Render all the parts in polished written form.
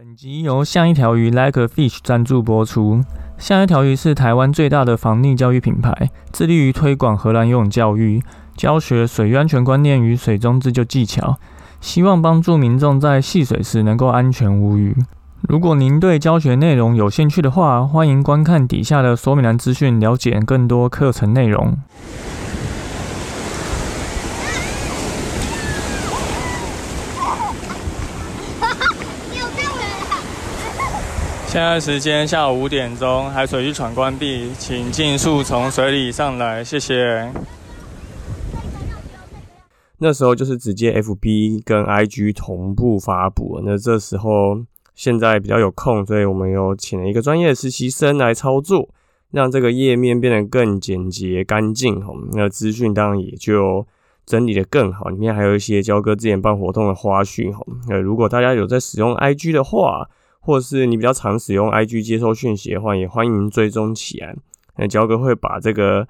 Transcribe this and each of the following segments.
本集由像一条鱼 Like a Fish 赞助播出。像一条鱼是台湾最大的防溺教育品牌，致力于推广荷兰游泳教育，教学水域安全观念与水中自救技巧，希望帮助民众在戏水时能够安全无虞。如果您对教学内容有兴趣的话，欢迎观看底下的说明栏资讯，了解更多课程内容。现在时间下午5点钟，海水浴场关闭，请尽速从水里上来，谢谢。那时候就是直接 FB 跟 IG 同步发布，那这时候现在比较有空，所以我们有请了一个专业的实习生来操作，让这个页面变得更简洁干净，那资讯当然也就整理得更好，里面还有一些交哥之前办活动的花絮。如果大家有在使用 IG 的话，或是你比较常使用 IG 接收讯息的话，也欢迎追踪起来。那交哥会把这个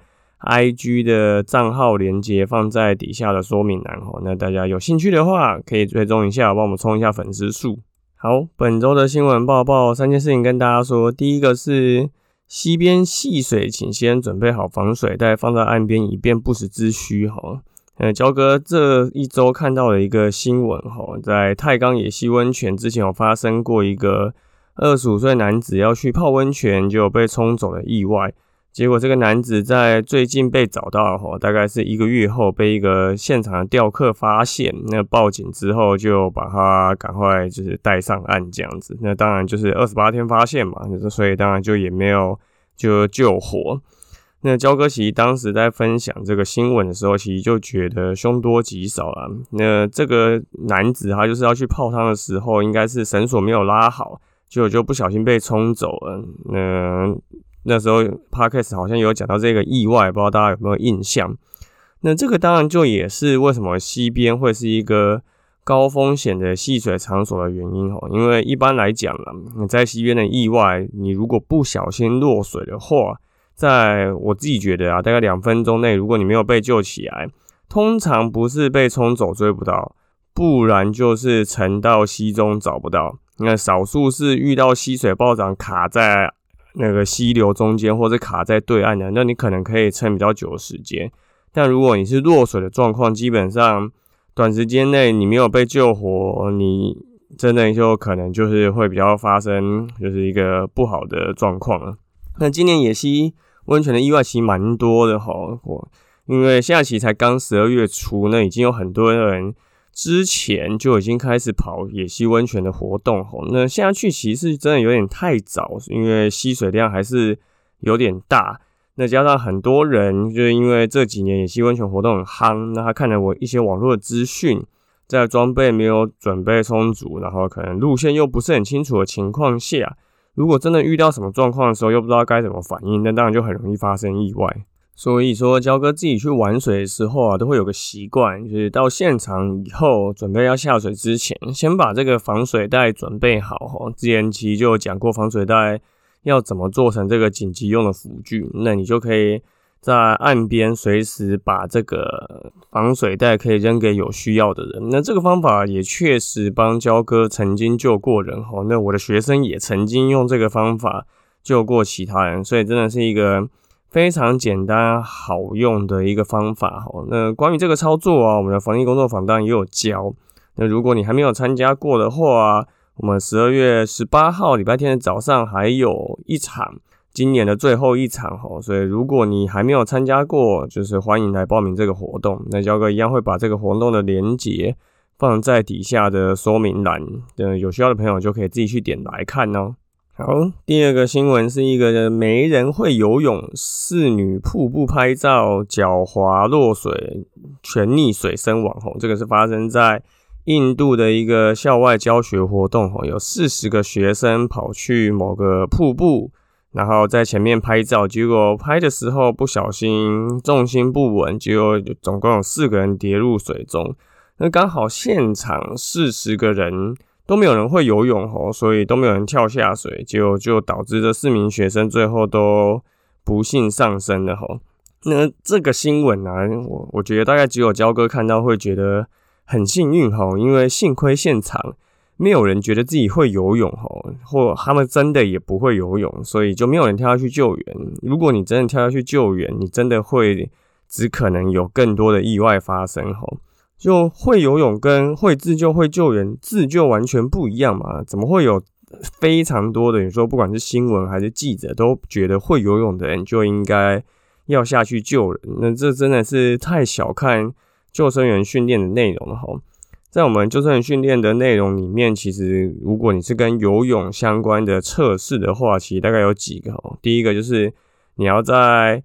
IG 的账号连结放在底下的说明栏，那大家有兴趣的话可以追踪一下，帮我们冲一下粉丝数。好，本周的新闻报报3件事情跟大家说。第一个是溪边戏水，请先准备好防水袋放在岸边，以便不时之需。交哥这一周看到了一个新闻，在太钢野溪温泉之前有发生过一个25岁男子要去泡温泉，就被冲走的意外。结果这个男子在最近被找到，大概是1个月后被一个现场的钓客发现，那报警之后就把他赶快就是带上岸这样子。那当然就是28天发现嘛，所以当然就也没有就救活。那交哥其实当时在分享这个新闻的时候，其实就觉得凶多吉少啦。那这个男子他就是要去泡汤的时候，应该是绳索没有拉好，结果就不小心被冲走了。那时候 Podcast 好像有讲到这个意外，不知道大家有没有印象？那这个当然就也是为什么溪边会是一个高风险的戏水场所的原因。因为一般来讲啦，你在溪边的意外，你如果不小心落水的话，在我自己觉得大概2分钟内，如果你没有被救起来，通常不是被冲走追不到，不然就是沉到溪中找不到。那少数是遇到溪水暴涨卡在那个溪流中间，或者卡在对岸的，那你可能可以撑比较久的时间。但如果你是落水的状况，基本上短时间内你没有被救活，你真的就可能就是会比较发生就是一个不好的状况了。那今年野溪温泉的意外其实蛮多的因为现在其实才刚12月初，那已经有很多人之前就已经开始跑野溪温泉的活动。那现在去其实真的有点太早，因为溪水量还是有点大。那加上很多人就是因为这几年野溪温泉活动很夯，那他看了我一些网络的资讯，在装备没有准备充足，然后可能路线又不是很清楚的情况下，如果真的遇到什么状况的时候，又不知道该怎么反应，那当然就很容易发生意外。所以说，交哥自己去玩水的时候都会有个习惯，就是到现场以后，准备要下水之前，先把这个防水袋准备好。之前其实就有讲过防水袋要怎么做成这个紧急用的辅具，那你就可以在岸边随时把这个防水袋可以扔给有需要的人。那这个方法也确实帮交哥曾经救过人，那我的学生也曾经用这个方法救过其他人，所以真的是一个非常简单好用的一个方法。那关于这个操作我们的防疫工作坊当然也有教。那如果你还没有参加过的话，我们12月18号礼拜天的早上还有一场，今年的最后一场，所以如果你还没有参加过，就是欢迎来报名这个活动。那交哥一样会把这个活动的连结放在底下的说明栏，有需要的朋友就可以自己去点来看哦。好，第二个新闻是一个没人会游泳4女瀑布拍照，脚滑落水，全溺水身亡。这个是发生在印度的一个校外教学活动，有40个学生跑去某个瀑布，然后在前面拍照，结果拍的时候不小心重心不稳，结果总共有4个人跌入水中。那刚好现场40个人都没有人会游泳，所以都没有人跳下水，就导致这4名学生最后都不幸丧生了。那这个新闻我觉得大概只有交哥看到会觉得很幸运，因为幸亏现场没有人觉得自己会游泳或他们真的也不会游泳，所以就没有人跳下去救援。如果你真的跳下去救援，你真的只可能有更多的意外发生就会游泳跟会自救会救援，自救完全不一样嘛？怎么会有非常多的你说不管是新闻还是记者都觉得会游泳的人就应该要下去救人？那这真的是太小看救生员训练的内容了在我们救生员训练的内容里面，其实如果你是跟游泳相关的测试的话，其实大概有几个第一个就是你要在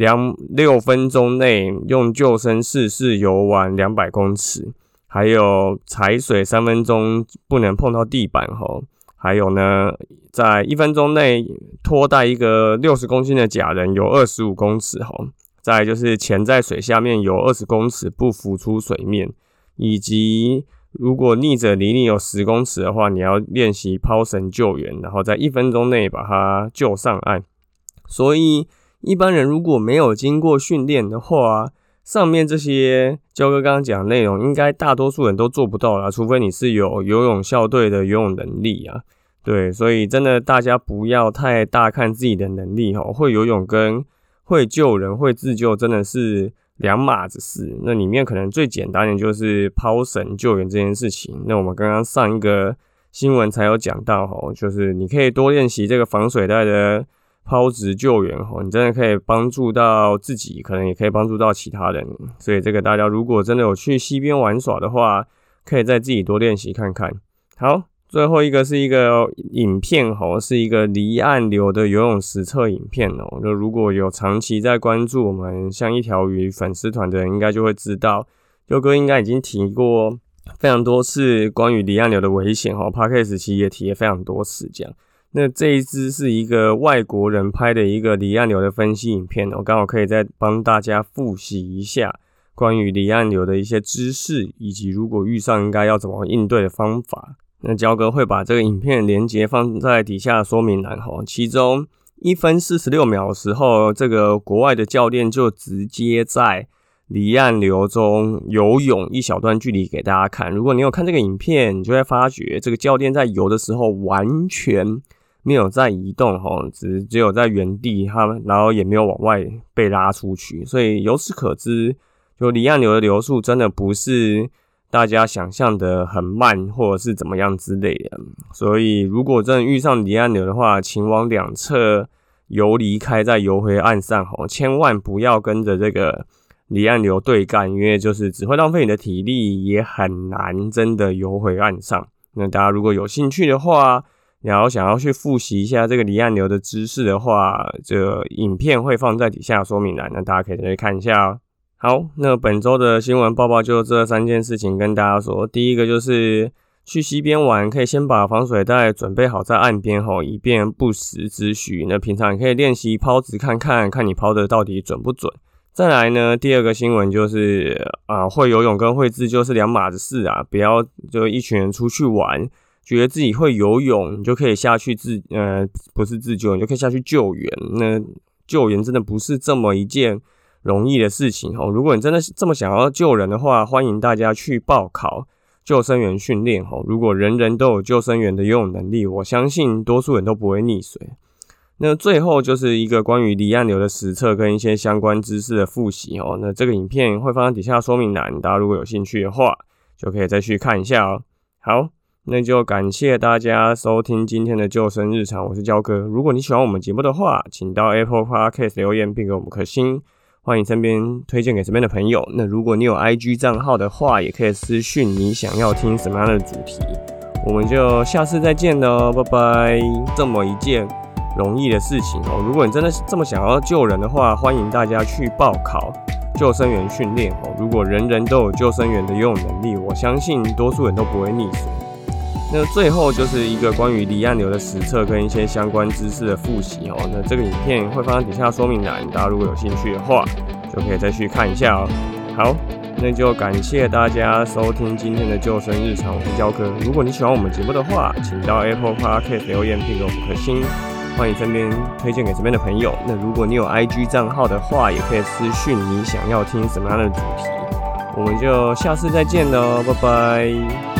6分钟内用救生式游完200公尺，还有踩水3分钟不能碰到地板还有呢，在1分钟内拖带一个60公斤的假人游25公尺再来就是潜在水下面游20公尺不浮出水面，以及如果逆者离你有10公尺的话，你要练习抛绳救援，然后在1分钟内把它救上岸。所以一般人如果没有经过训练的话，上面这些焦哥刚刚讲的内容，应该大多数人都做不到啦，除非你是有游泳校队的游泳能力啊。对，所以真的大家不要太大看自己的能力会游泳跟会救人、会自救真的是两码子事。那里面可能最简单的就是抛绳救援这件事情。那我们刚刚上一个新闻才有讲到就是你可以多练习这个防水袋的抛掷救援你真的可以帮助到自己，可能也可以帮助到其他人。所以这个大家如果真的有去溪边玩耍的话，可以再自己多练习看看。好，最后一个是一个影片是一个离岸流的游泳实测影片就如果有长期在关注我们像一条鱼粉丝团的人，应该就会知道，佑哥应该已经提过非常多次关于离岸流的危险Podcast 其实也提了非常多次这样。那这一支是一个外国人拍的一个离岸流的分析影片刚好可以再帮大家复习一下关于离岸流的一些知识，以及如果遇上应该要怎么应对的方法。那焦哥会把这个影片的连结放在底下的说明栏其中1分46秒的时候，这个国外的教练就直接在离岸流中游泳一小段距离给大家看。如果你有看这个影片，你就会发觉这个教练在游的时候完全没有在移动只有在原地，然后也没有往外被拉出去。所以由此可知，就离岸流的流速真的不是大家想象的很慢或者是怎么样之类的。所以如果真的遇上离岸流的话，请往两侧游离开，再游回岸上千万不要跟着这个离岸流对干，因为就是只会浪费你的体力，也很难真的游回岸上。那大家如果有兴趣的话，然后想要去复习一下这个离岸流的知识的话，这个影片会放在底下说明栏，那大家可以再去看一下好，那本周的新闻报报就这3件事情跟大家说。第一个就是去溪边玩，可以先把防水袋准备好在岸边以便不时之需。那平常也可以练习抛掷看你抛的到底准不准。再来呢，第二个新闻就是会游泳跟会自救是两码子事啊，不要就一群人出去玩，觉得自己会游泳，你就可以下去不是自救，你就可以下去救援。那救援真的不是这么一件容易的事情如果你真的这么想要救人的话，欢迎大家去报考救生员训练如果人人都有救生员的游泳能力，我相信多数人都不会溺水。那最后就是一个关于离岸流的实测跟一些相关知识的复习那这个影片会放在底下说明栏，大家如果有兴趣的话就可以再去看一下好，那就感谢大家收听今天的救生日常，我是焦哥。如果你喜欢我们节目的话，请到 Apple Podcast 留言并给我们颗星，欢迎身边推荐给身边的朋友。那如果你有 IG 账号的话，也可以私讯你想要听什么样的主题。我们就下次再见咯，拜拜。这么一件容易的事情如果你真的这么想要救人的话，欢迎大家去报考救生员训练如果人人都有救生员的游泳能力，我相信多数人都不会溺水。那最后就是一个关于离岸流的实测跟一些相关知识的复习那这个影片会放在底下说明栏，大家如果有兴趣的话就可以再去看一下好，那就感谢大家收听今天的救生日常，我是焦哥。如果你喜欢我们节目的话，请到 Apple Podcast 留言并给我们颗星，欢迎身边推荐给身边的朋友。那如果你有 IG 账号的话，也可以私讯你想要听什么样的主题。我们就下次再见咯，拜拜。